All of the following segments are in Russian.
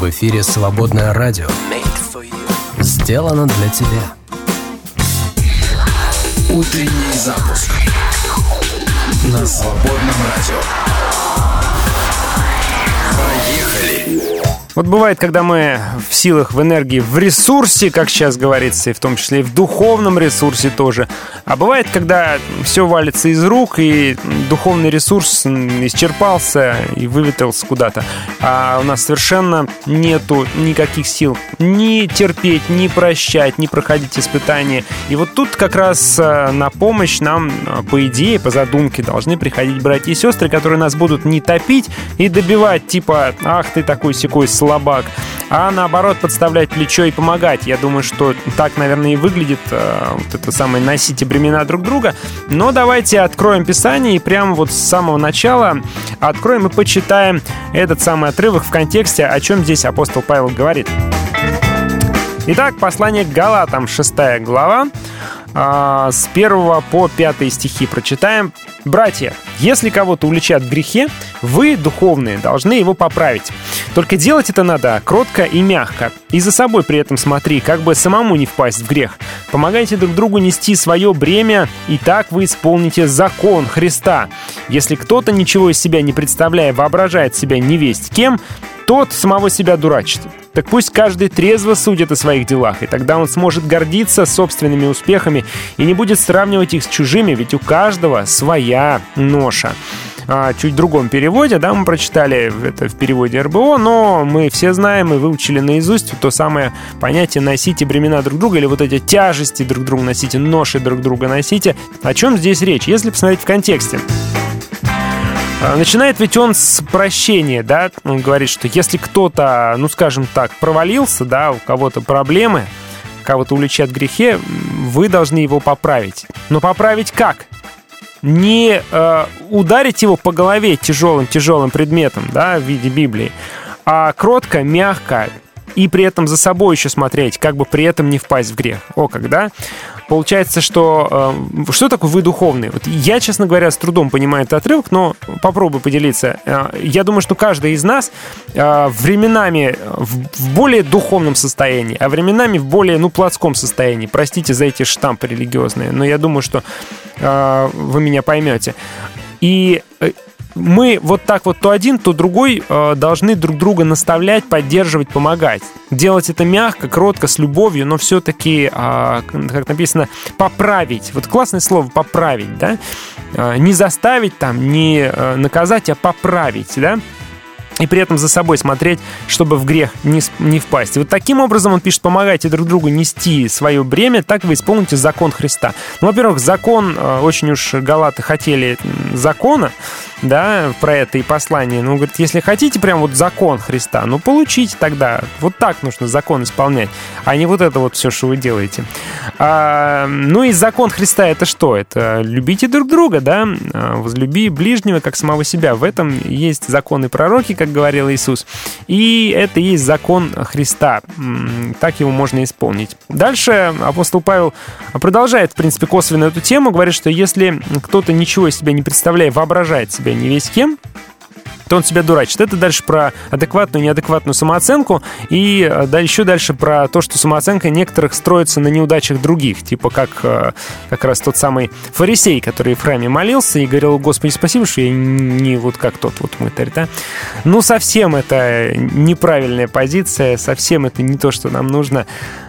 В эфире «Свободное радио». Сделано для тебя. Утренний запуск на «Свободном радио». Поехали! Вот бывает, когда мы в силах, в энергии, в ресурсе, как сейчас говорится, и в том числе и в духовном ресурсе тоже. А бывает, когда все валится из рук, и духовный ресурс исчерпался и выветрился куда-то. А у нас совершенно нету никаких сил ни терпеть, ни прощать, ни проходить испытания. И вот тут как раз на помощь нам, по идее, по задумке, должны приходить братья и сестры, которые нас будут не топить и добивать, типа, ах ты такой-сякой слабак, а наоборот подставлять плечо и помогать. Я думаю, что так, наверное, и выглядит вот это самое «носите бремена друг друга». Но давайте откроем Писание и прямо вот с самого начала откроем и почитаем этот самый отрывок в контексте, о чем здесь апостол Павел говорит. Итак, послание к Галатам, 6 глава, с 1 по 5 стихи прочитаем. «Братья, если кого-то уличат в грехе, вы, духовные, должны его поправить. Только делать это надо кротко и мягко. И за собой при этом смотри, как бы самому не впасть в грех. Помогайте друг другу нести свое бремя, и так вы исполните закон Христа. Если кто-то, ничего из себя не представляя, воображает себя невесть кем, тот самого себя дурачит. Так пусть каждый трезво судит о своих делах, и тогда он сможет гордиться собственными успехами и не будет сравнивать их с чужими, ведь у каждого своя ноша». Чуть в другом переводе, да, мы прочитали это в переводе РБО, но мы все знаем и выучили наизусть то самое понятие «носите бремена друг друга», или вот эти тяжести друг друга носите, ноши друг друга носите. О чем здесь речь? Если посмотреть в контексте. Начинает ведь он с прощения, да, он говорит, что если кто-то, ну, скажем так, провалился, да, у кого-то проблемы, кого-то уличат в грехе, вы должны его поправить. Но поправить как? Не ударить его по голове тяжелым предметом, да, в виде Библии, а кротко, мягко и при этом за собой еще смотреть, как бы при этом не впасть в грех. О, когда получается, что такое вы духовные? Вот я, честно говоря, с трудом понимаю этот отрывок, но попробую поделиться. Я думаю, что каждый из нас временами в более духовном состоянии, а временами в более, плотском состоянии. Простите за эти штампы религиозные, но я думаю, что вы меня поймете. И мы вот так вот то один, то другой должны друг друга наставлять, поддерживать, помогать. Делать это мягко, кротко, с любовью, но все-таки, как написано, поправить. Вот классное слово «поправить», да? Не заставить там, не наказать, а поправить, да? И при этом за собой смотреть, чтобы в грех не впасть. И вот таким образом он пишет: помогайте друг другу нести свое бремя, так вы исполните закон Христа. Ну, во-первых, закон, очень уж галаты хотели закона, да, про это и послание. Ну, говорит, если хотите прям вот закон Христа, ну, получите тогда. Вот так нужно закон исполнять, а не вот это вот все, что вы делаете. Ну и закон Христа — это что? Это любите друг друга, да, возлюби ближнего, как самого себя. В этом есть законы пророки, как говорил Иисус. И это и есть закон Христа. Так его можно исполнить. Дальше апостол Павел продолжает, в принципе, косвенно эту тему. Говорит, что если кто-то, ничего из себя не представляя, воображает себя не весь кем, то он себя дурачит. Это дальше про адекватную и неадекватную самооценку. И еще дальше про то, что самооценка некоторых строится на неудачах других. Типа как раз тот самый фарисей, который в храме молился и говорил: «Господи, спасибо, что я не вот как тот вот мытарь». Да? Ну, совсем это неправильная позиция, совсем это не то, что нам нужно.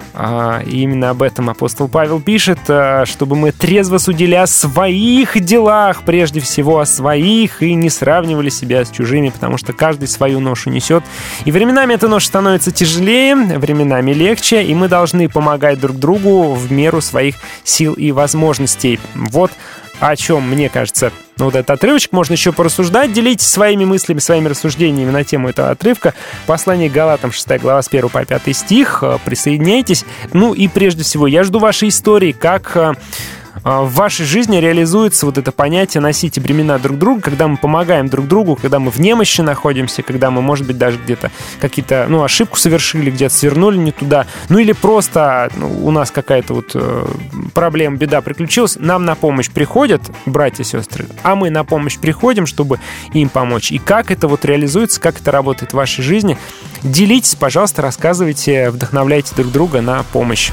И именно об этом апостол Павел пишет, чтобы мы трезво судили о своих делах, прежде всего о своих, и не сравнивали себя с чужими, потому что каждый свою ношу несет. И временами эта ноша становится тяжелее, временами легче, и мы должны помогать друг другу в меру своих сил и возможностей. Вот о чем, мне кажется, вот этот отрывочек можно еще порассуждать. Делитесь своими мыслями, своими рассуждениями на тему этого отрывка. Послание к Галатам, 6 глава, с 1 по 5 стих. Присоединяйтесь. Ну и прежде всего, я жду вашей истории, как в вашей жизни реализуется вот это понятие «носите бремена друг друга», когда мы помогаем друг другу, когда мы в немощи находимся, когда мы, может быть, даже где-то какие-то, ошибку совершили, где-то свернули не туда, или просто у нас какая-то вот проблема, беда приключилась, нам на помощь приходят братья и сестры, а мы на помощь приходим, чтобы им помочь. И как это вот реализуется, как это работает в вашей жизни, делитесь, пожалуйста, рассказывайте, вдохновляйте друг друга на помощь.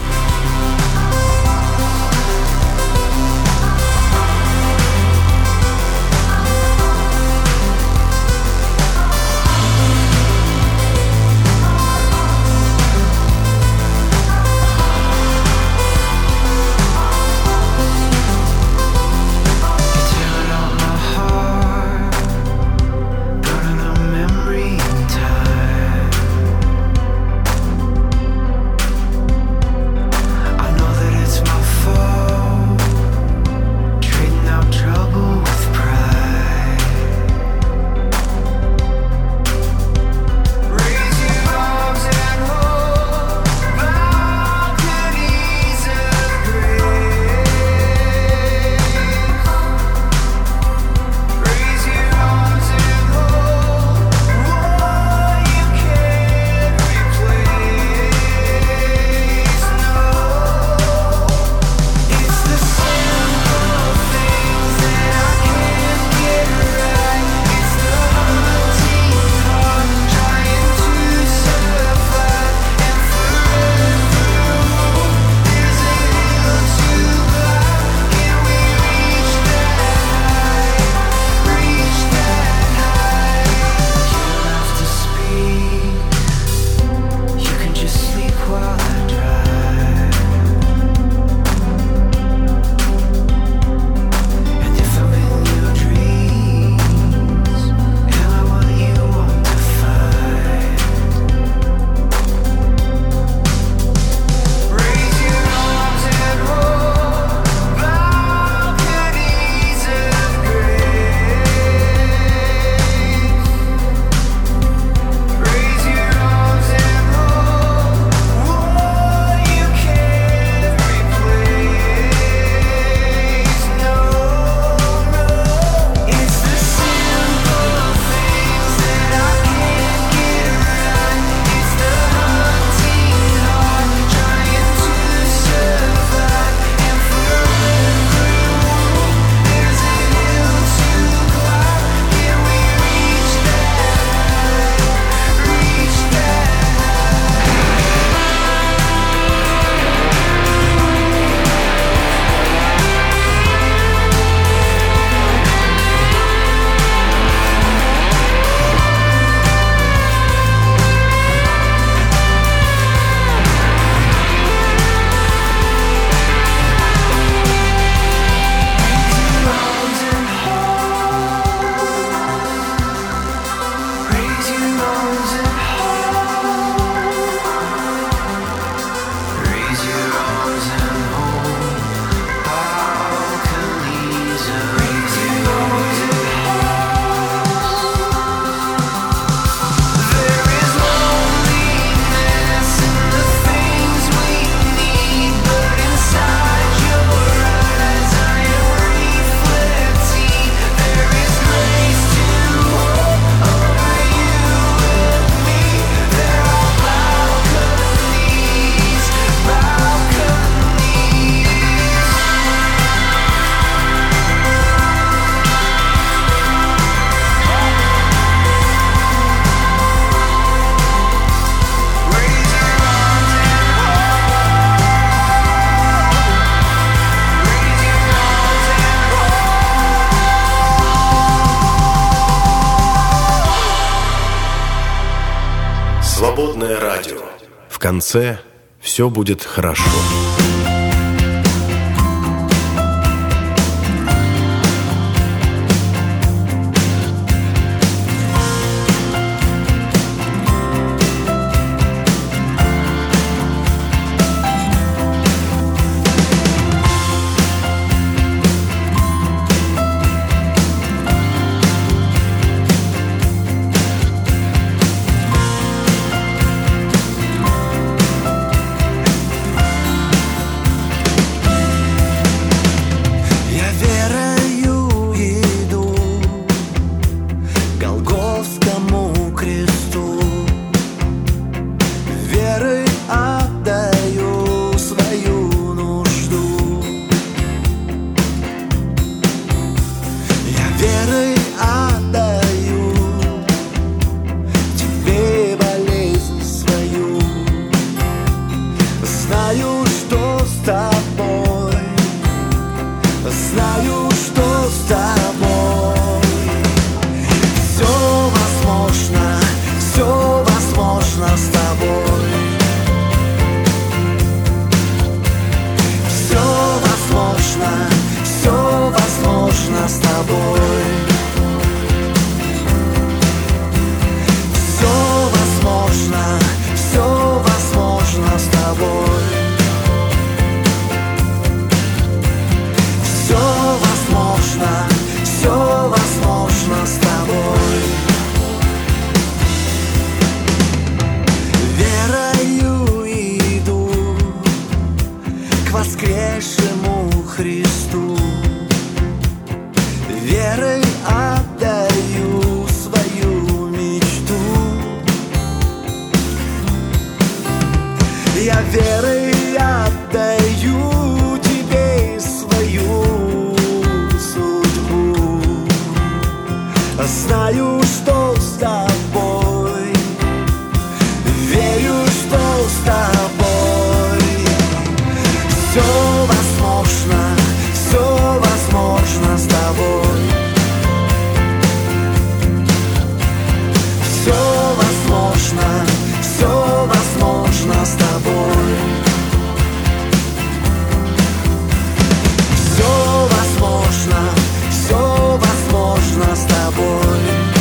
Свободное радио. В конце все будет хорошо. Я верой отдаю тебе свою судьбу. Знаю, что с тобой, верю, что с тобой все возможно, все возможно с тобой. Все возможно, все возможно с тобой. Все возможно, все возможно с тобой.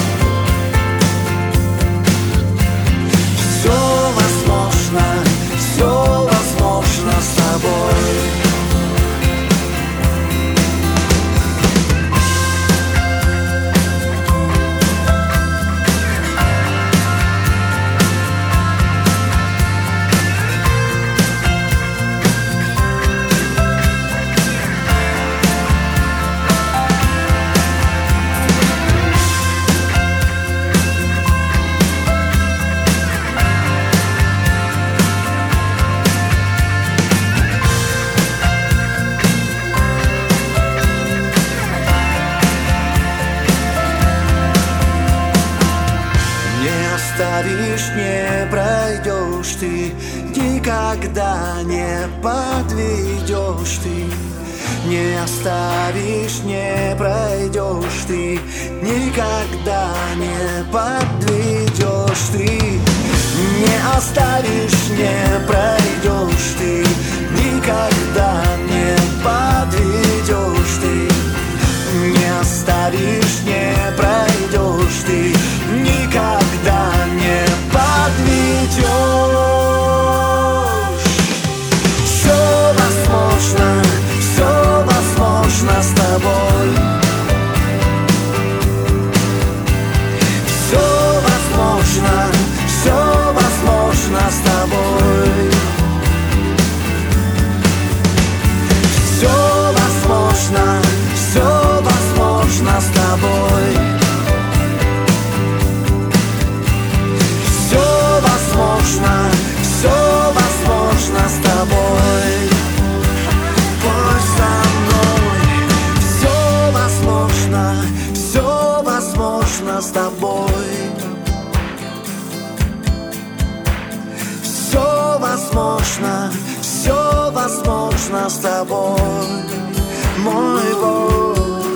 Все возможно, все возможно с тобой. Не пройдешь ты, никогда не подведешь ты. Не оставишь, не пройдешь ты, никогда не подведешь ты. Не оставишь, не пройдешь ты, никогда не подведешь ты. Не оставишь, не пройдешь ты, никогда не подведешь. Все возможно, все возможно с тобой. Все возможно, все возможно с тобой. Все возможно, все возможно с тобой. Все возможно, все возможно с тобой. Пой со мной. Все возможно, все возможно с тобой. Все возможно, все возможно с тобой, мой Бог.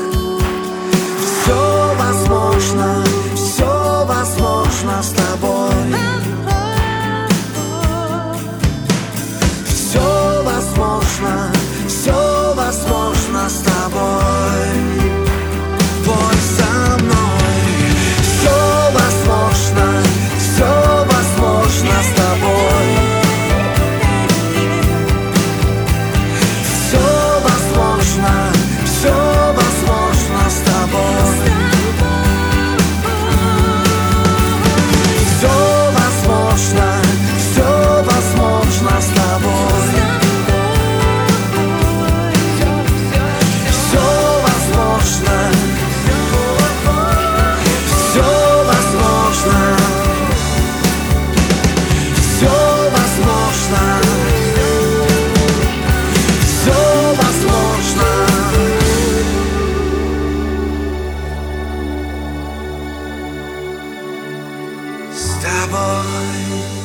Все возможно, все возможно с тобой. Все возможно, все возможно с тобой. Пой со мной. Все возможно, все возможно с тобой. Все возможно, все возможно с тобой. Все возможно, все возможно с тобой. Все возможно, все возможно, все возможно, все возможно. С тобой.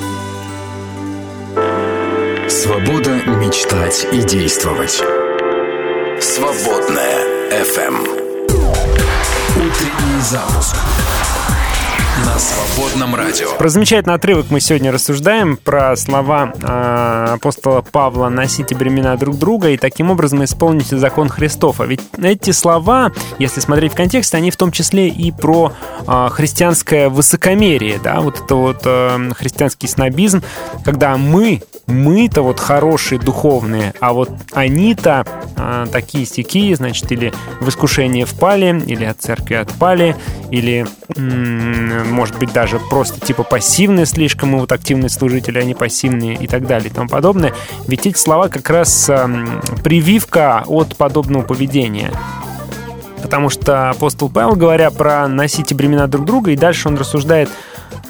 Свобода мечтать и действовать. Свободная FM. Утренний запуск на Свободном радио. Про замечательный отрывок мы сегодня рассуждаем, про слова апостола Павла «носите бремена друг друга» и таким образом исполните закон Христов. А ведь эти слова, если смотреть в контексте, они в том числе и про христианское высокомерие, да, вот это вот христианский снобизм, когда мы-то вот хорошие, духовные, а вот они-то такие-сякие, значит, или в искушение впали, или от церкви отпали, или, может быть, даже просто типа пассивные слишком, мы вот активные служители, они пассивные и так далее и тому подобное. Ведь эти слова как раз прививка от подобного поведения. Потому что апостол Павел, говоря про «носите бремена друг друга», и дальше он рассуждает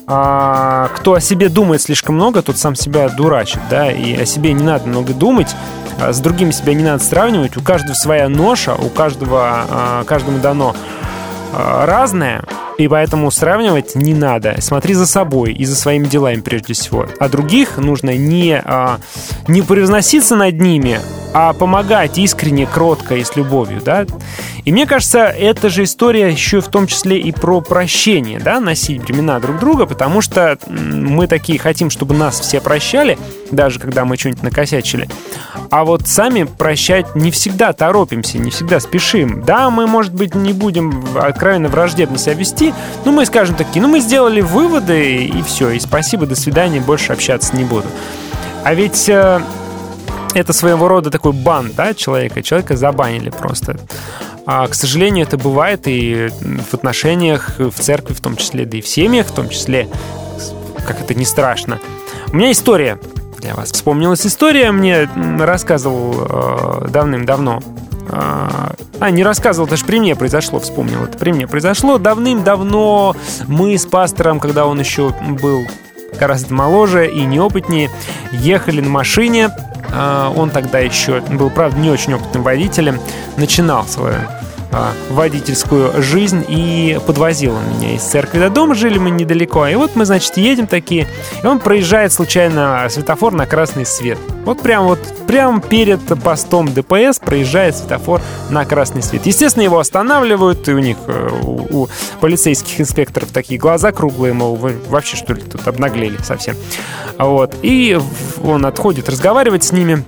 кто о себе думает слишком много, тот сам себя дурачит, да, и о себе не надо много думать, с другими себя не надо сравнивать, у каждого своя ноша, у каждого, каждому дано разное, и поэтому сравнивать не надо. Смотри за собой и за своими делами прежде всего. А других нужно не превозноситься над ними, а помогать искренне, кротко и с любовью, да. И мне кажется, эта же история еще в том числе и про прощение, да, носить бремена друг друга, потому что мы такие хотим, чтобы нас все прощали, даже когда мы что-нибудь накосячили. А вот сами прощать не всегда торопимся, не всегда спешим. Да, мы, может быть, не будем откровенно враждебно себя вести, но мы скажем такие, мы сделали выводы, и все, и спасибо, до свидания, больше общаться не буду. А ведь это своего рода такой бан, да, человека забанили просто. А, к сожалению, это бывает и в отношениях, в церкви в том числе, да и в семьях в том числе, как это не страшно. У меня история для вас. Вспомнилась история, мне рассказывал давным-давно. Не рассказывал, даже при мне произошло, вспомнил, это при мне произошло. Давным-давно мы с пастором, когда он еще был гораздо моложе и неопытнее, ехали на машине. Он тогда еще был, правда, не очень опытным водителем, начинал свою водительскую жизнь и подвозил он меня из церкви до дома, жили мы недалеко. И вот мы, значит, едем такие, и он проезжает случайно светофор на красный свет. Вот прям перед постом ДПС проезжает светофор на красный свет. Естественно, его останавливают, и у них, у полицейских инспекторов такие глаза круглые, мол, вы вообще, что ли, тут обнаглели совсем. Вот. И он отходит разговаривать с ними.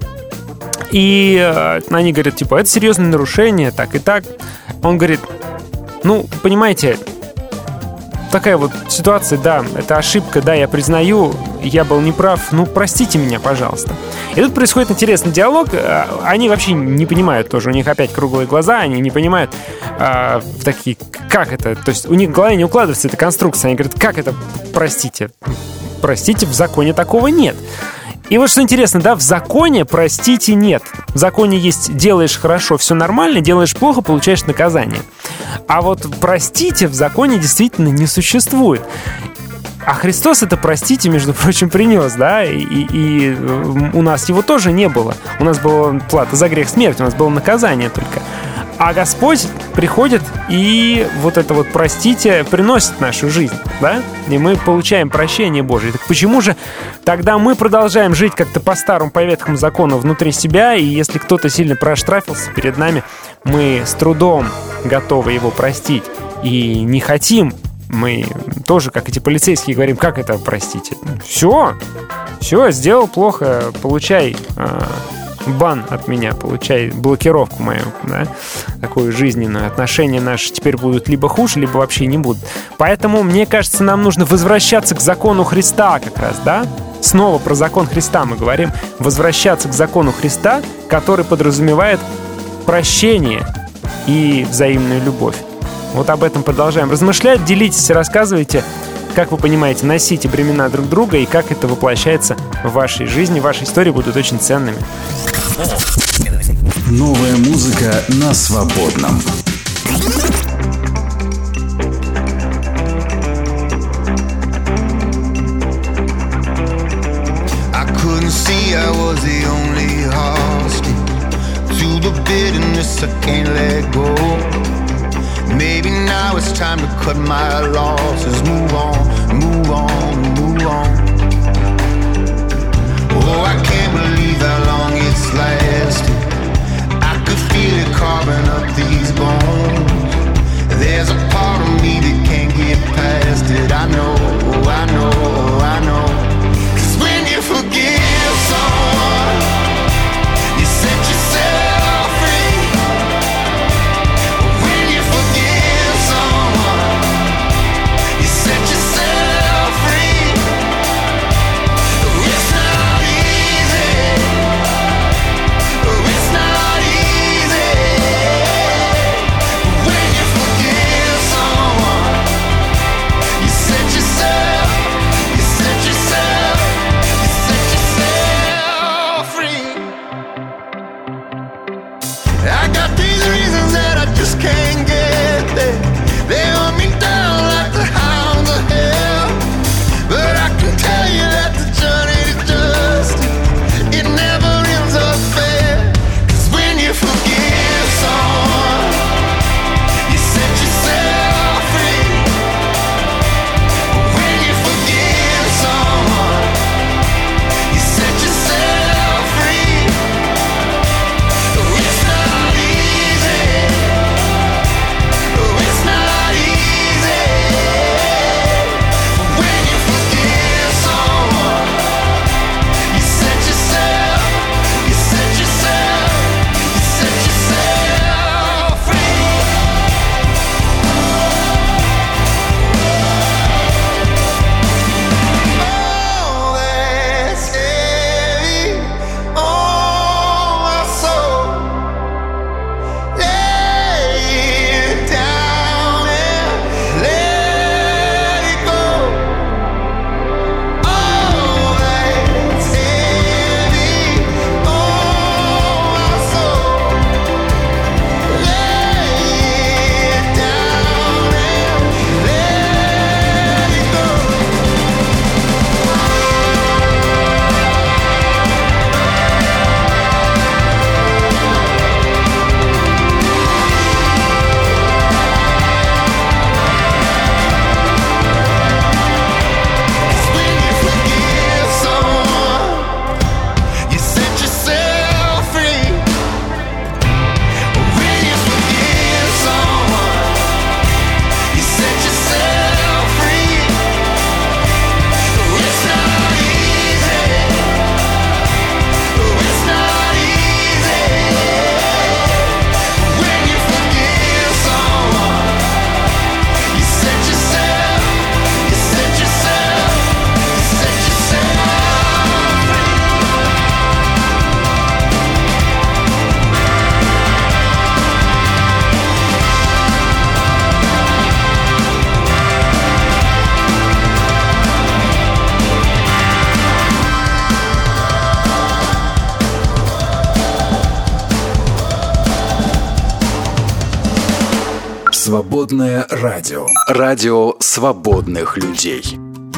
И они говорят, типа, это серьезное нарушение, так и так. Он говорит, понимаете, такая вот ситуация, да, это ошибка, да, я признаю, я был неправ, простите меня, пожалуйста. И тут происходит интересный диалог, они вообще не понимают тоже, у них опять круглые глаза, они не понимают такие, как это, то есть у них в голове не укладывается эта конструкция, они говорят, как это, простите, в законе такого нет. И вот что интересно, да, в законе простите нет. В законе есть делаешь хорошо, все нормально, делаешь плохо, получаешь наказание. А вот простите в законе действительно не существует. А Христос это простите, между прочим, принес, да, и у нас его тоже не было. У нас была плата за грех смерть, у нас было наказание только. А Господь приходит и вот это вот простите приносит в нашу жизнь, да? И мы получаем прощение Божие. Так почему же тогда мы продолжаем жить как-то по старому, по ветхому закону внутри себя, и если кто-то сильно проштрафился перед нами, мы с трудом готовы его простить и не хотим, мы тоже, как эти полицейские, говорим, как это простите? Все, сделал плохо, получай бан от меня, получай блокировку мою, да, такую жизненную. Отношения наши теперь будут либо хуже, либо вообще не будут. Поэтому, мне кажется, нам нужно возвращаться к закону Христа как раз, да? Снова про закон Христа мы говорим. Возвращаться к закону Христа, который подразумевает прощение и взаимную любовь. Вот об этом продолжаем размышлять. Делитесь, рассказывайте, как вы понимаете, носите бремена друг друга и как это воплощается в вашей жизни. Ваши истории будут очень ценными. Новая музыка на свободном. I couldn't see I was the only hostage to the bitterness I can't let go. Maybe now it's time to cut my losses. Move on, move on, move on. Oh, I can't believe how long it's lasted. I could feel it carving up these bones. There's a part of me that can't get past it. I know, I know, I know. 'Cause when you forgive someone, you set yourself free. When you forgive someone, you set yourself free. Свободное радио. Радио свободных людей.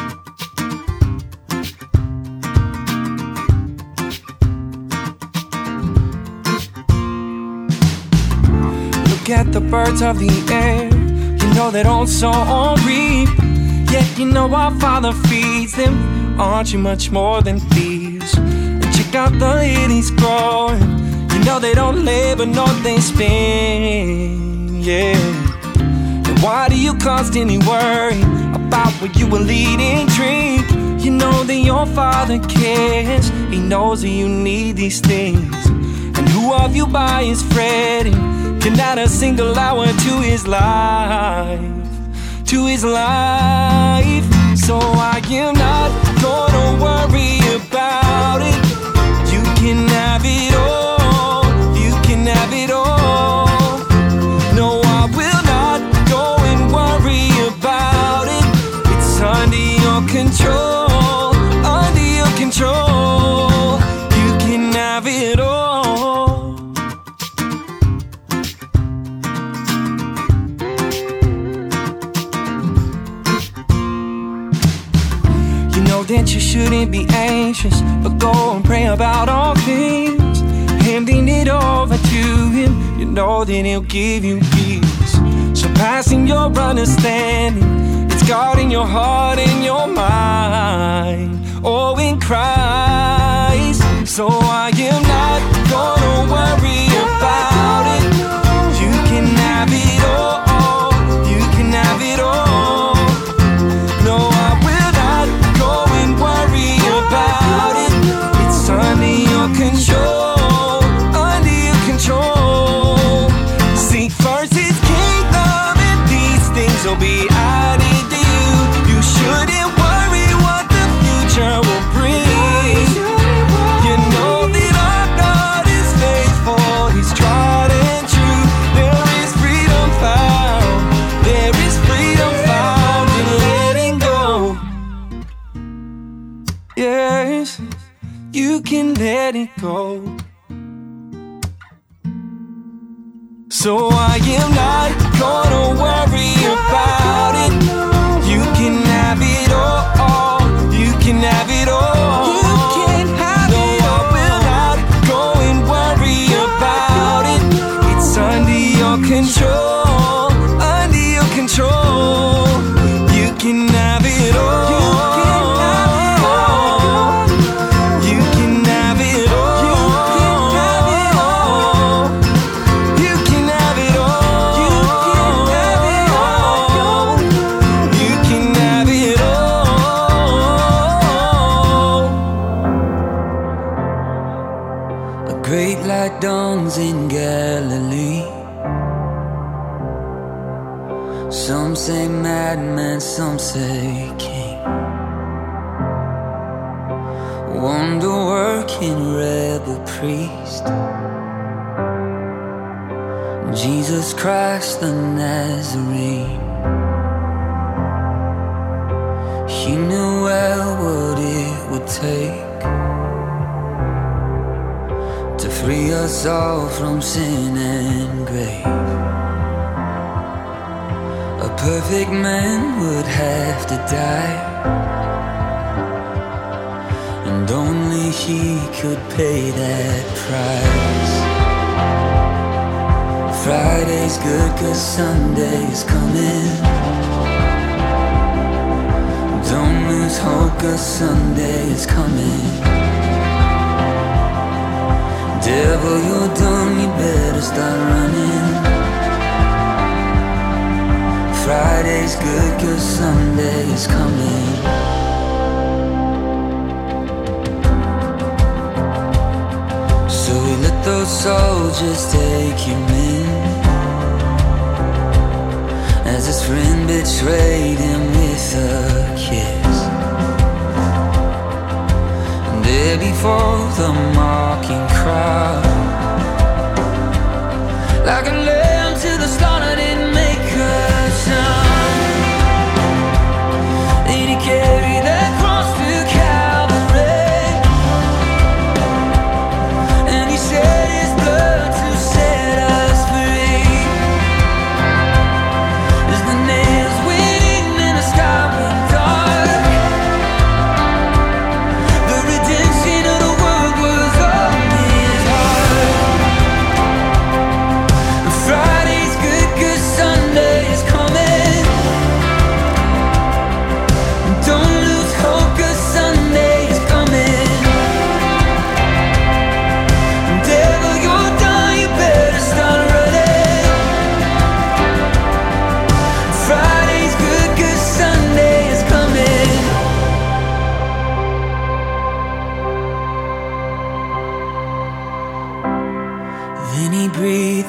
Look at the birds of the air. You know they don't sow or reap, yet you know our Father feeds them. Aren't you much more than thieves? And check out the lilies growing. You know they don't labor nor they spin. Yeah. And why do you constantly worry about what you will eat and drink? You know that your Father cares. He knows that you need these things. And who of you by is fretting can add a single hour to his life, to his life. So I am not gonna worry about it. You can have it all, you can have it all. No, I will not go and worry about it. It's under your control, under your control. You can have it all. That you shouldn't be anxious, but go and pray about all things, handing it over to him. You know that he'll give you peace, surpassing your understanding. It's God in your heart and your mind, oh, in Christ. So I am not gonna worry about it. You can have it all, you can have it all. No, I will not go and worry about it. It's under your control, under your control. Seek first his kingdom and these things will be added to you. You shouldn't worry what the future will bring. You know that our God is faithful, he's tried and true. There is freedom found, there is freedom found in letting go. Yes, you can let it go. So I am not gonna worry about it. You can have it all, you can have it all. You can have no, it all. I will not go and worry about it. It's under your control, under your control. You can have it all. Dawns in Galilee. Some say madman, some say king. Wonder-working rebel priest, Jesus Christ the Nazarene. He knew well what it would take to free us all from sin and grave. A perfect man would have to die, and only he could pay that price. Friday's good 'cause Sunday's coming. Don't lose hope 'cause Sunday is coming. Devil, you're done, you better start running. Friday's good 'cause Sunday is coming. So we let those soldiers take him in, as his friend betrayed him with a kiss. And there before the mocking crowd, like a lamb to the slaughter, didn't make a sound. Then he carried that cross to Calvary, and he shed his blood to set us free.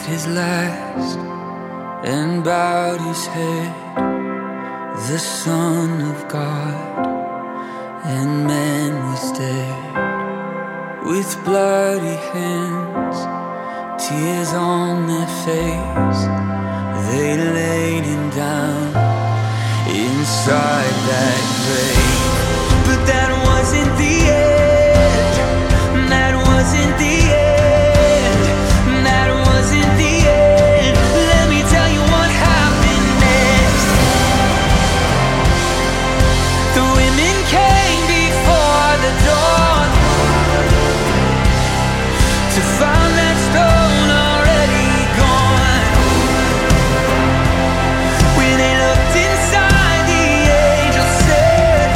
his last and bowed his head, the Son of God, and man was dead. With bloody hands, tears on their face, they laid him down inside that grave. But that wasn't the end. That wasn't the end. That wasn't the end. Let me tell you what happened next. The women came before the dawn to find that stone already gone. When they looked inside, the angel said,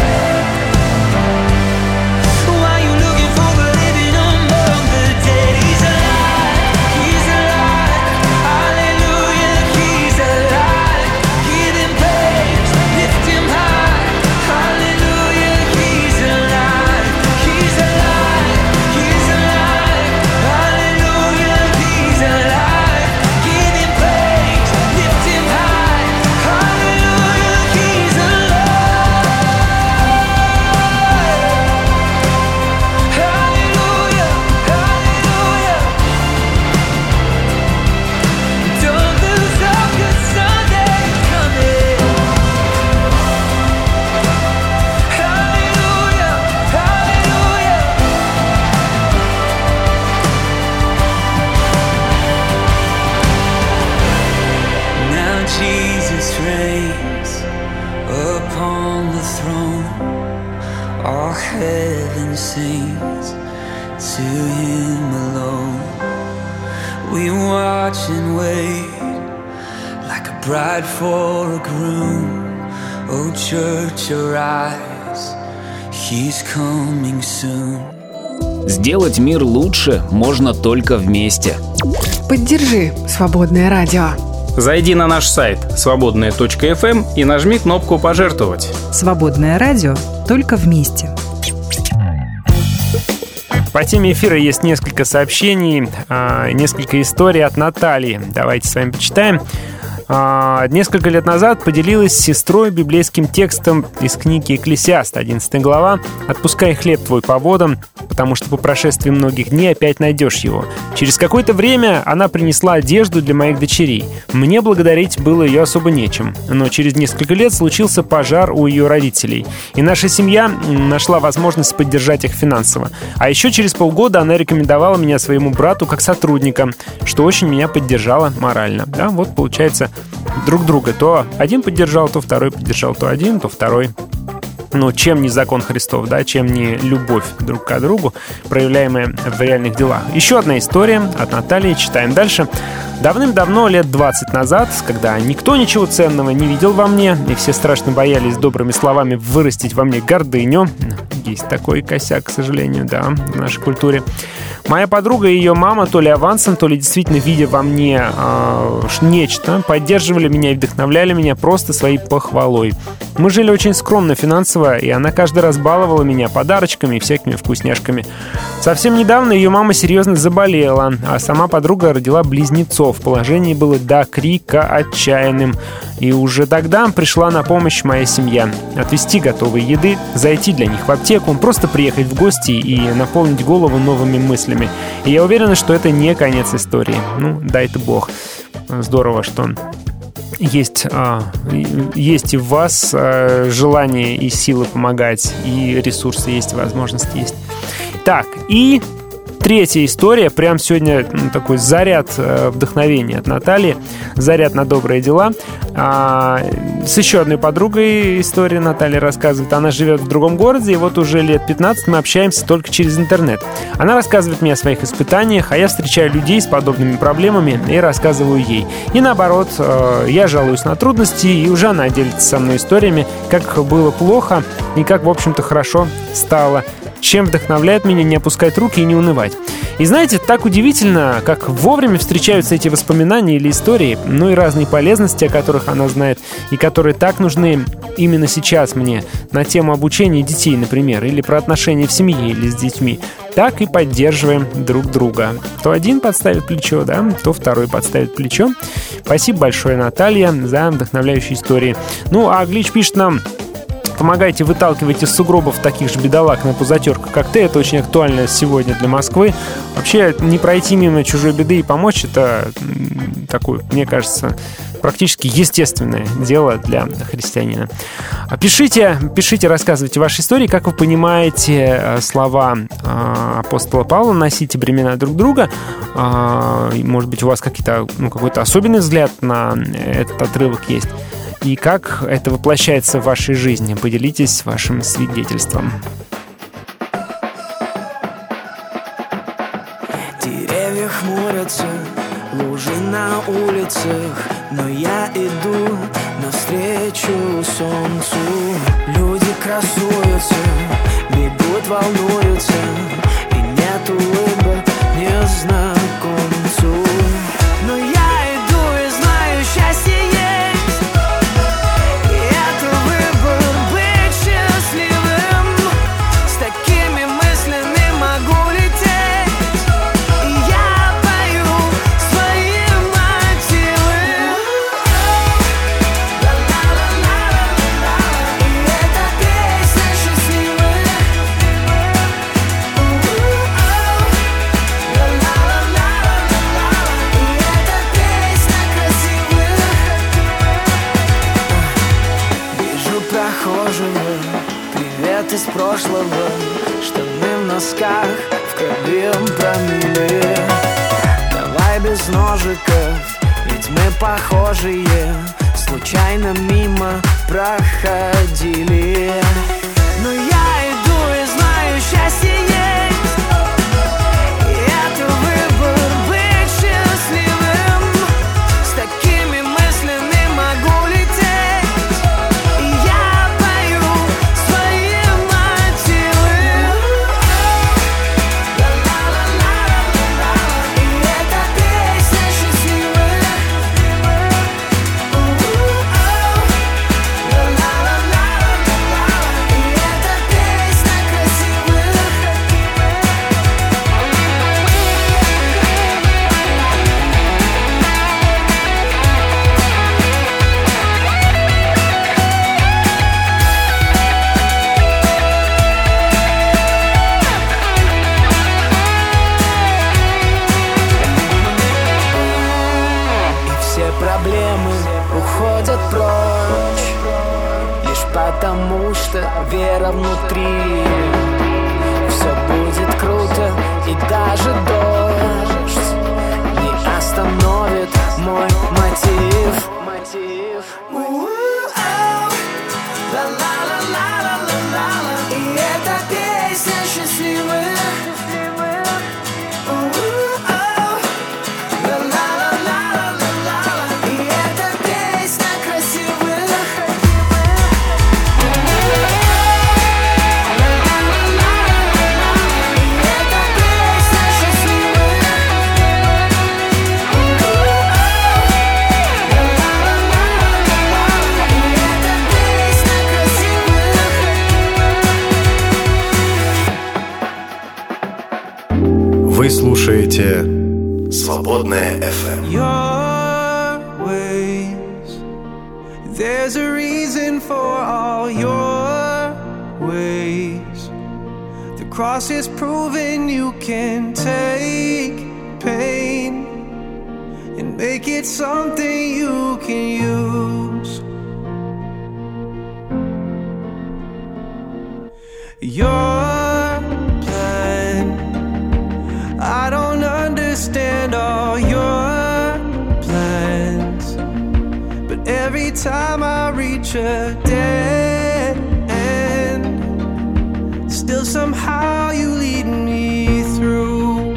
why you looking for the living among the dead? He's alive, he's alive, hallelujah, he's alive. Give him praise, lift him high, hallelujah, he's alive. He's alive, he's alive, hallelujah, he's alive. Give him praise, lift him high, hallelujah, he's alive. Hallelujah, hallelujah. Don't lose hope 'cause Sunday's coming. Hallelujah, hallelujah. Now Jesus reigns upon the throne. All heaven sings to him alone. We watch and wait like a bride for a groom. Oh church, arise, he's coming soon. Сделать мир лучше можно только вместе. Поддержи «Свободное радио». Зайди на наш сайт свободное.fm и нажми кнопку «Пожертвовать». Свободное радио только вместе. По теме эфира есть несколько сообщений, несколько историй от Натальи. Давайте с вами почитаем. Несколько лет назад поделилась с сестрой библейским текстом из книги «Экклесиаст», 11 глава. «Отпускай хлеб твой по водам, потому что по прошествии многих дней опять найдешь его». Через какое-то время она принесла одежду для моих дочерей. Мне благодарить было ее особо нечем. Но через несколько лет случился пожар у ее родителей. И наша семья нашла возможность поддержать их финансово. А еще через полгода она рекомендовала меня своему брату как сотрудника, что очень меня поддержало морально. Да, вот получается друг друга. То один поддержал, то второй поддержал, то один, то второй. Ну, чем не закон Христов, да, чем не любовь друг к другу, проявляемая в реальных делах. Еще одна история от Натальи, читаем дальше. Давным-давно, лет 20 назад, когда никто ничего ценного не видел во мне, и все страшно боялись добрыми словами вырастить во мне гордыню, есть такой косяк, к сожалению, да, в нашей культуре, моя подруга и ее мама, то ли авансом, то ли действительно видя во мне нечто, поддерживали меня и вдохновляли меня просто своей похвалой. Мы жили очень скромно финансово, и она каждый раз баловала меня подарочками и всякими вкусняшками. Совсем недавно ее мама серьезно заболела, а сама подруга родила близнецов. Положение было до крика отчаянным. И уже тогда пришла на помощь моя семья. Отвезти готовой еды, зайти для них в аптеку, просто приехать в гости и наполнить голову новыми мыслями. И я уверена, что это не конец истории. Ну, дай-то Бог. Здорово, что есть и в вас желание и силы помогать, и ресурсы есть, возможность есть. Так, и третья история. Прям сегодня такой заряд вдохновения от Натальи. Заряд на добрые дела. С еще одной подругой история Наталья рассказывает. Она живет в другом городе, и вот уже лет 15 мы общаемся только через интернет. Она рассказывает мне о своих испытаниях, а я встречаю людей с подобными проблемами и рассказываю ей. И наоборот, я жалуюсь на трудности, и уже она делится со мной историями, как было плохо и как, в общем-то, хорошо стало. Чем вдохновляет меня не опускать руки и не унывать. И знаете, так удивительно, как вовремя встречаются эти воспоминания или истории, ну и разные полезности, о которых она знает, и которые так нужны именно сейчас мне, на тему обучения детей, например, или про отношения в семье или с детьми. так и поддерживаем друг друга. То один подставит плечо, да, то второй подставит плечо. Спасибо большое, Наталья, за вдохновляющие истории. Ну, а Глич пишет нам: помогайте выталкивать из сугробов таких же бедолаг на пузатерках, как ты. Это очень актуально сегодня для Москвы. Вообще, не пройти мимо чужой беды и помочь — это такое, мне кажется, практически естественное дело для христианина. Пишите, рассказывайте ваши истории, как вы понимаете слова апостола Павла: «Носите бремена друг друга». Может быть, у вас какой-то особенный взгляд на этот отрывок есть. И как это воплощается в вашей жизни? Поделитесь вашим свидетельством. Деревья хмурятся, лужи на улицах, но я иду навстречу солнцу. Люди красуются, бегут, волнуются, и нет улыбок незнакомцу. Но я иду и знаю, счастье есть. И это выбор быть счастливым. С такими мыслями могу лететь. И я пою свои мотивы. И это песня счастливых. И это песня красивых. Вижу прохожего, привет из прошлого. Штаны в носках, в крови промили. Давай без ножиков, ведь мы похожие. Случайно мимо проходили. Но я иду и знаю, счастье есть. И это выбор быть счастливым. С такими мыслями могу лететь. И я пою свои мотивы. И это песня счастливых. И это песня красивых. И все проблемы уходят прочь, лишь потому что вера внутри. Все будет круто, и даже дождь не остановит мой мотив. И это песня счастливых. И это песня красивых. И это песня счастливых. Вы слушаете Свободное FM. Your ways, there's a reason for all your ways. The cross is proven you can take pain and make it something you can use. Your I don't understand all your plans, but every time I reach a dead end, still somehow you lead me through.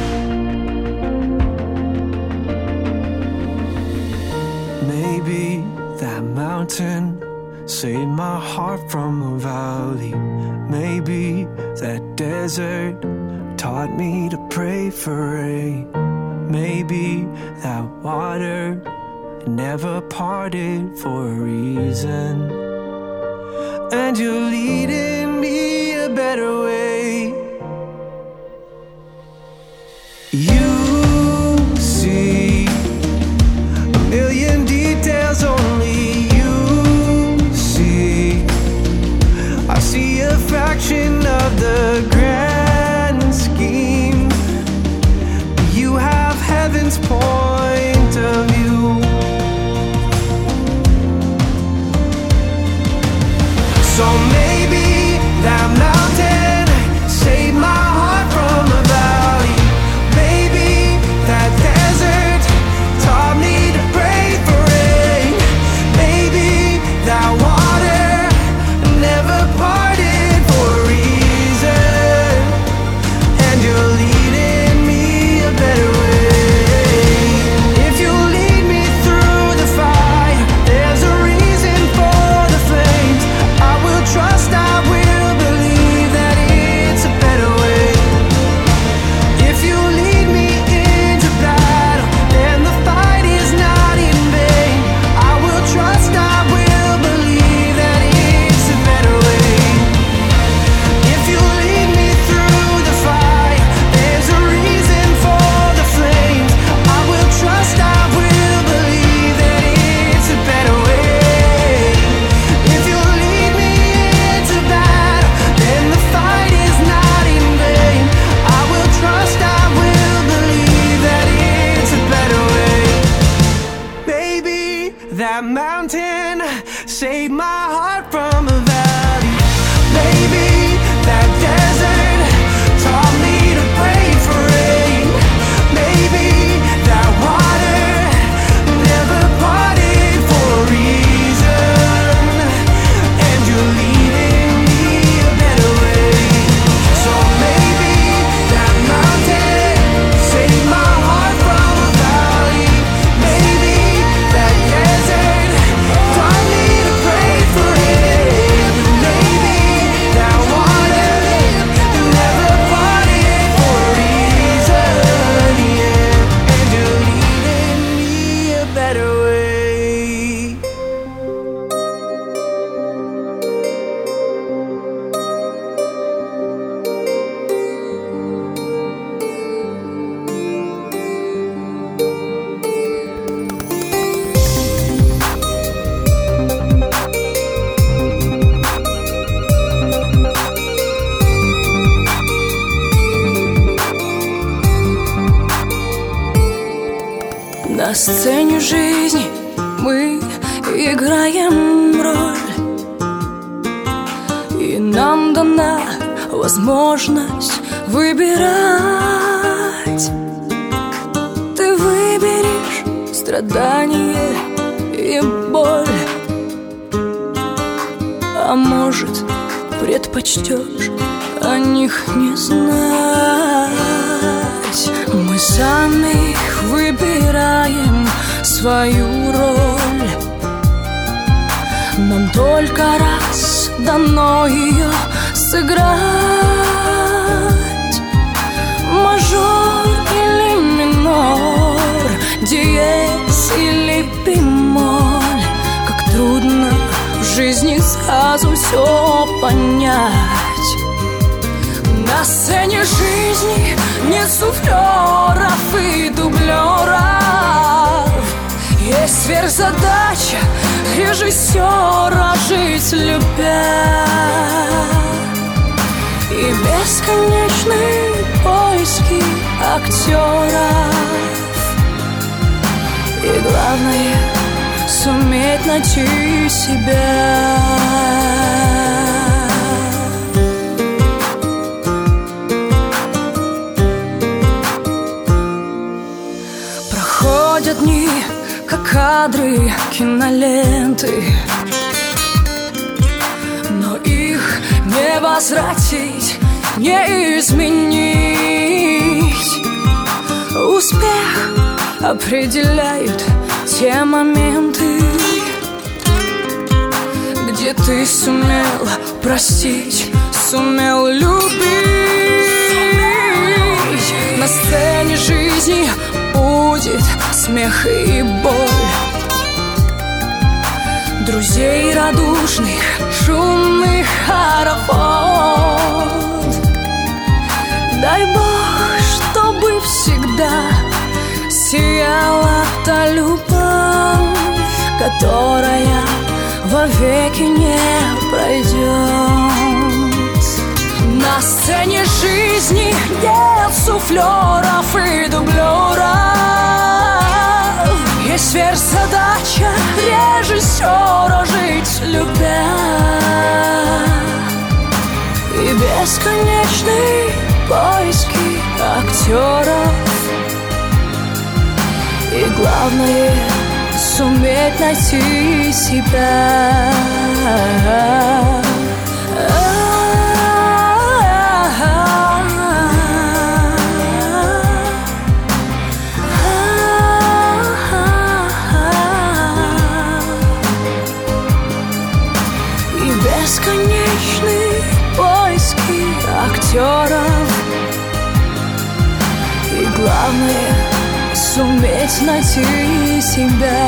Maybe that mountain saved my heart from a valley. Maybe that desert taught me to pray for rain. Maybe that water never parted for a reason. And you're leading me a better way. На сцене жизни мы играем роль, и нам дана возможность выбирать. Ты выберешь страдание и боль, а может, предпочтешь о них не знать. Мы сами выбираем свою роль, нам только раз дано ее сыграть. Мажор или минор, диез или бемоль, как трудно в жизни сразу все понять. На сцене жизни нет суфлеров и дублеров, есть сверхзадача режиссера жить любя, и бесконечные поиски актеров. И главное — суметь найти себя. Проходят дни, как кадры киноленты, но их не возвратить, не изменить. Успех определяют те моменты, где ты сумел простить, сумел любить. На сцене жизни будет смех и боль, друзей радушных, шумных хоровод. Дай Бог, чтобы всегда сияла та любовь, которая вовеки не пройдет. На сцене жизни нет суфлеров и дублеров, есть сверхзадача режиссера жить любя, и бесконечные поиски актеров. И главное — суметь найти себя. И бесконечные поиски актеров. И главное — суметь найти себя.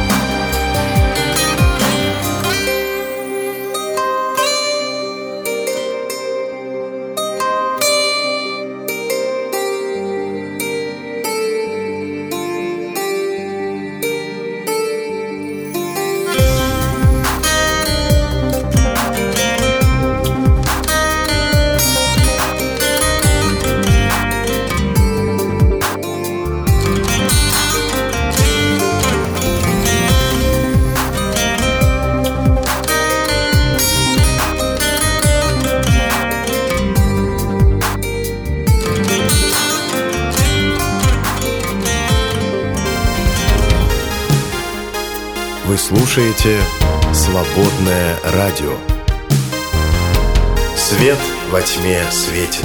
Вы слушаете «Свободное радио». Свет во тьме светит.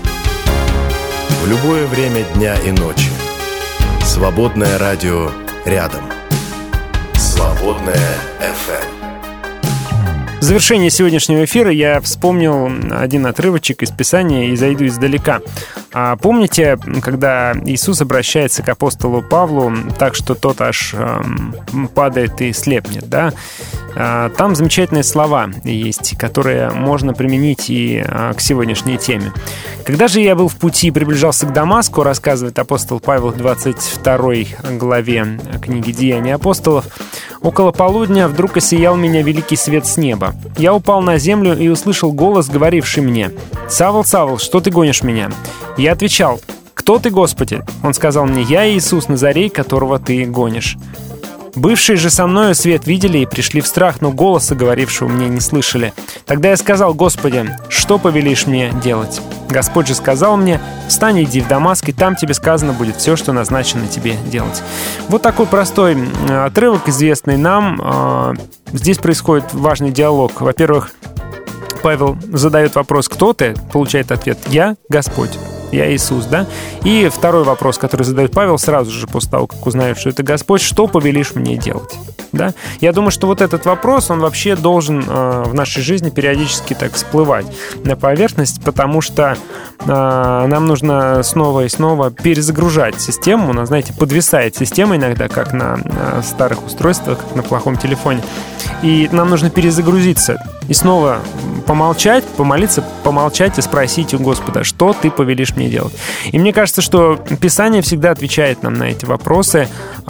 В любое время дня и ночи. «Свободное радио» рядом. «Свободное FM». В завершение сегодняшнего эфира я вспомнил один отрывочек из Писания и зайду издалека. Помните, когда Иисус обращается к апостолу Павлу так, что тот аж падает и слепнет, да? Там замечательные слова есть, которые можно применить и к сегодняшней теме. «Когда же я был в пути и приближался к Дамаску», рассказывает апостол Павел в 22 главе книги «Деяния апостолов», «около полудня вдруг осиял меня великий свет с неба. Я упал на землю и услышал голос, говоривший мне: „Савл, Савл, что ты гонишь меня?“ Я отвечал: «Кто ты, Господи?» Он сказал мне: «Я Иисус Назарей, которого ты гонишь». Бывшие же со мною свет видели и пришли в страх, но голоса, говорившего мне, не слышали. Тогда я сказал: «Господи, что повелишь мне делать?» Господь же сказал мне: «Встань, иди в Дамаск, и там тебе сказано будет все, что назначено тебе делать». Вот такой простой отрывок, известный нам. Здесь происходит важный диалог. Во-первых, Павел задает вопрос: «Кто ты?» Получает ответ: «Я Господь». Я Иисус, да? И второй вопрос, который задает Павел сразу же после того, как узнает, что это Господь: «Что повелишь мне делать?» Да? Я думаю, что вот этот вопрос, он вообще должен в нашей жизни периодически так всплывать на поверхность, потому что нам нужно снова и снова перезагружать систему. У нас, знаете, подвисает система иногда, как на старых устройствах, как на плохом телефоне. И нам нужно перезагрузиться и снова помолчать, помолиться, помолчать и спросить у Господа: «Что ты повелишь мне делать?» И мне кажется, что Писание всегда отвечает нам на эти вопросы.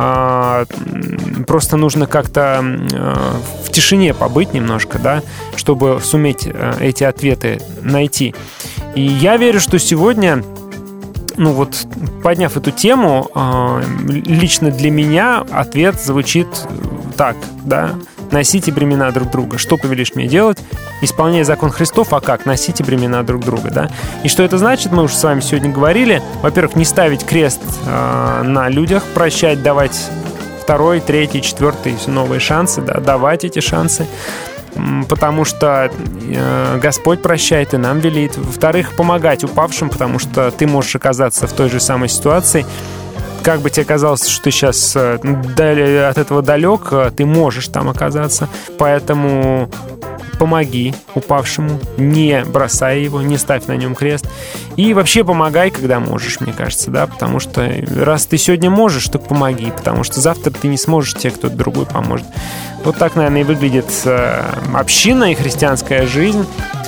Просто нужно как-то в тишине побыть немножко, да, чтобы суметь эти ответы найти. И я верю, что сегодня, ну вот, подняв эту тему, лично для меня ответ звучит так, да: носите бремена друг друга. Что повелишь мне делать? Исполняя закон Христов, а как? Носите бремена друг друга, да? И что это значит, мы уже с вами сегодня говорили. Во-первых, не ставить крест на людях, прощать, давать второй, третий, четвертый новые шансы, да, давать эти шансы, потому что Господь прощает и нам велит. Во-вторых, помогать упавшим, потому что ты можешь оказаться в той же самой ситуации. Как бы тебе казалось, что ты сейчас от этого далек, ты можешь там оказаться. Поэтому помоги упавшему, не бросай его, не ставь на нем крест. И вообще помогай, когда можешь, мне кажется, да, потому что раз ты сегодня можешь, то помоги, потому что завтра ты не сможешь, тебе кто-то другой поможет. Вот так, наверное, и выглядит община и христианская жизнь.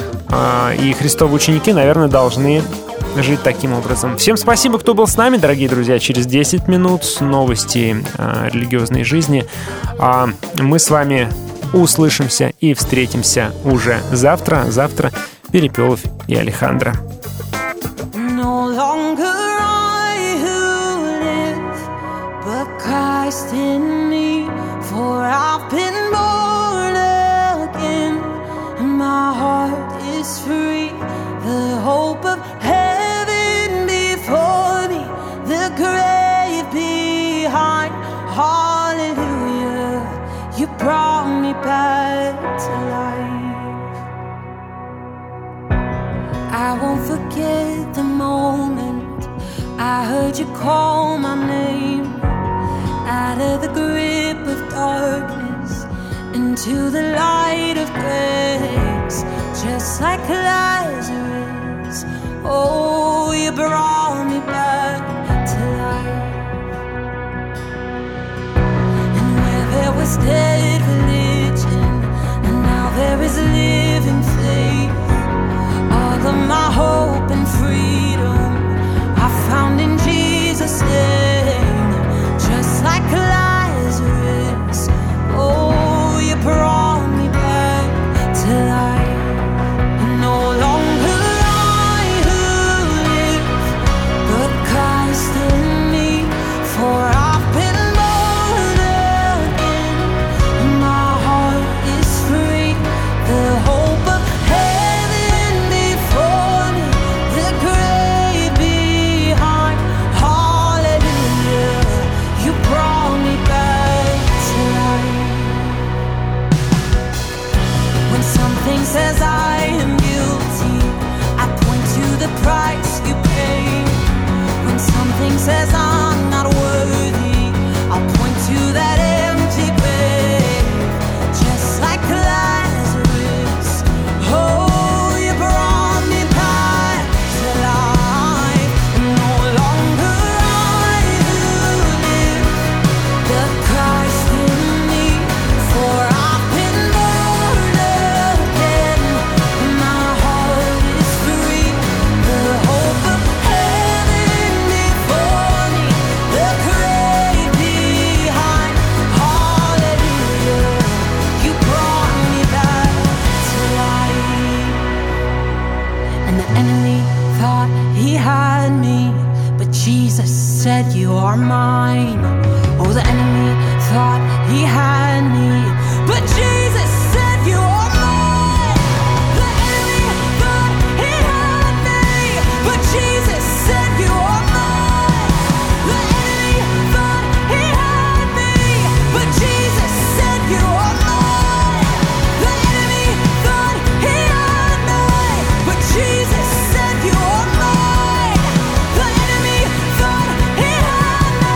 И христовые ученики, наверное, должны жить таким образом. Всем спасибо, кто был с нами, дорогие друзья. Через 10 минут новости религиозной жизни. Мы с вами услышимся и встретимся уже завтра. Завтра Перепелов и Алехандро. No longer I who live, but Christ in me. For I've been born again, and my heart is free. The hope of heaven before me, the grave behind. Hallelujah, you brought me back to life. I won't forget the moment I heard you call my name. Out of the grip of darkness into the light of grace. Just like Lazarus, oh, you brought me back to life. And where there was dead religion, and now there is living faith. All of my hope and freedom I found in Jesus' name. Just like Lazarus, oh, you brought me back to life. No longer I who live, but Christ in me. For I've been born again, said you are mine. Oh, the enemy thought he had me, but Jesus said you are mine. The enemy thought he had me, but Jesus said you are mine. The enemy thought he had me, but Jesus said you are mine. The enemy thought he had me, but Jesus said you are mine. The enemy thought he had me.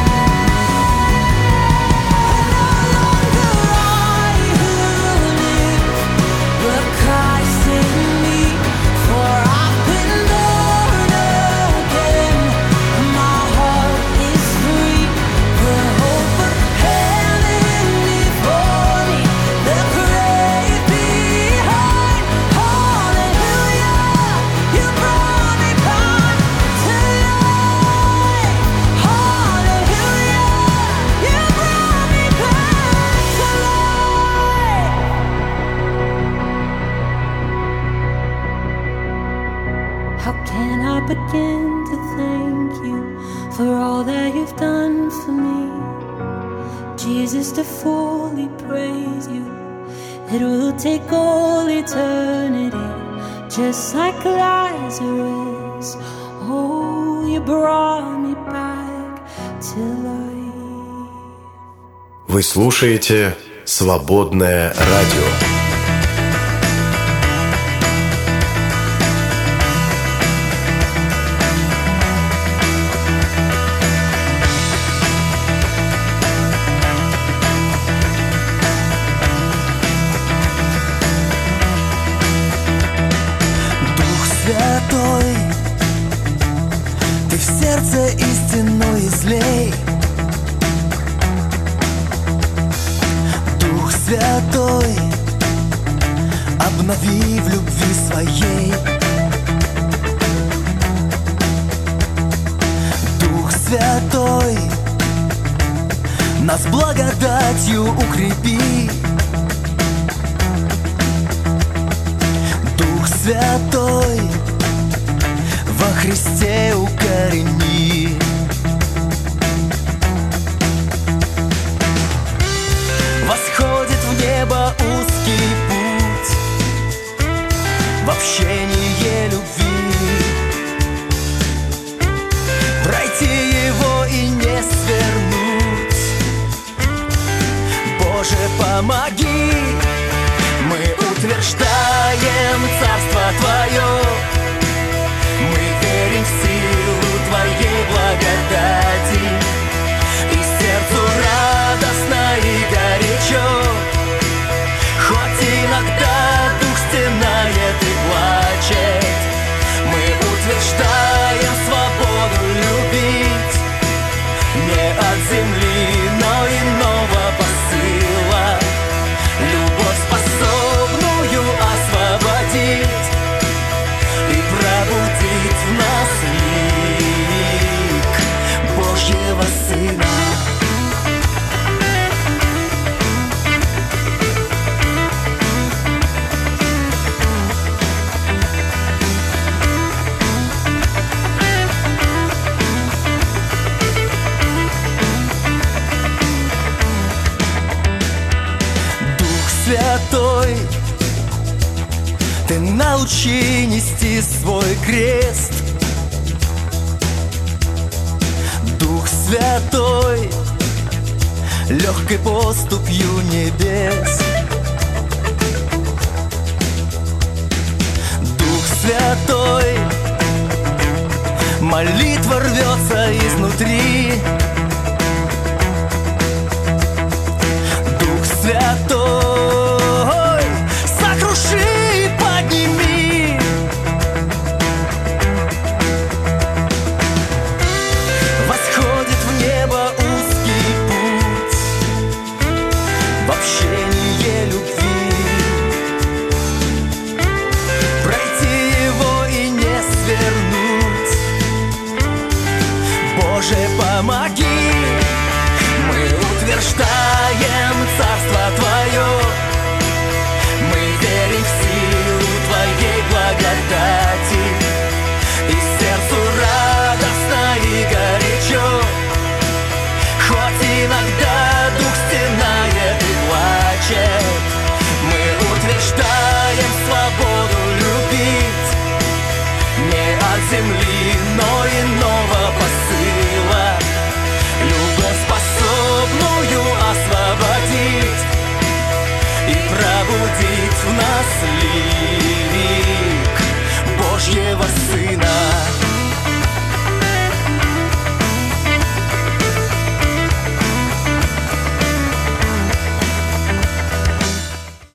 No longer I who live, but Christ in me. For I've been born again, my heart is free. The hope of heaven before me, the grave behind. Hallelujah, you brought me back to life. Hallelujah, you brought me back to life. How can I begin to thank you for all that you've done for me? Jesus, to fully praise you, it will take all eternity. Just like Lazarus, oh, you brought me back to life. Вы слушаете «Свободное радио». Дух Святой, Ты в сердце истину излей. Дух Святой, обнови в любви своей. Дух Святой, нас благодатью укрепи. Дух Святой, во Христе укорени. Восходит в небо узкий путь в общение любви. Пройти его и не свернуть. Боже, помоги, мы утверждаем Царство Твое. Мы верим в силу Твоей благодати, и сердцу радостно и горячо. Хоть иногда дух стенает и плачет, мы утверждаем свободу любить. Не от земли, но иного посыла, любовь, способную освободить и пробудить в нас лик Божьего Сына. Дух Святой, Ты научи нести свой крест. Дух Святой, легкой поступью небес. Дух Святой, молитва рвется изнутри. Дух Святой, сокруши и подними. Восходит в небо узкий путь в общение любви. Пройти его и не свернуть. Боже, помоги, мы утверждаем Царство Твое. Мы верим в силу Твоей благодати, и сердцу радостно и горячо. земли, но иного посыла, любовь, способную освободить и пробудить в нас лик.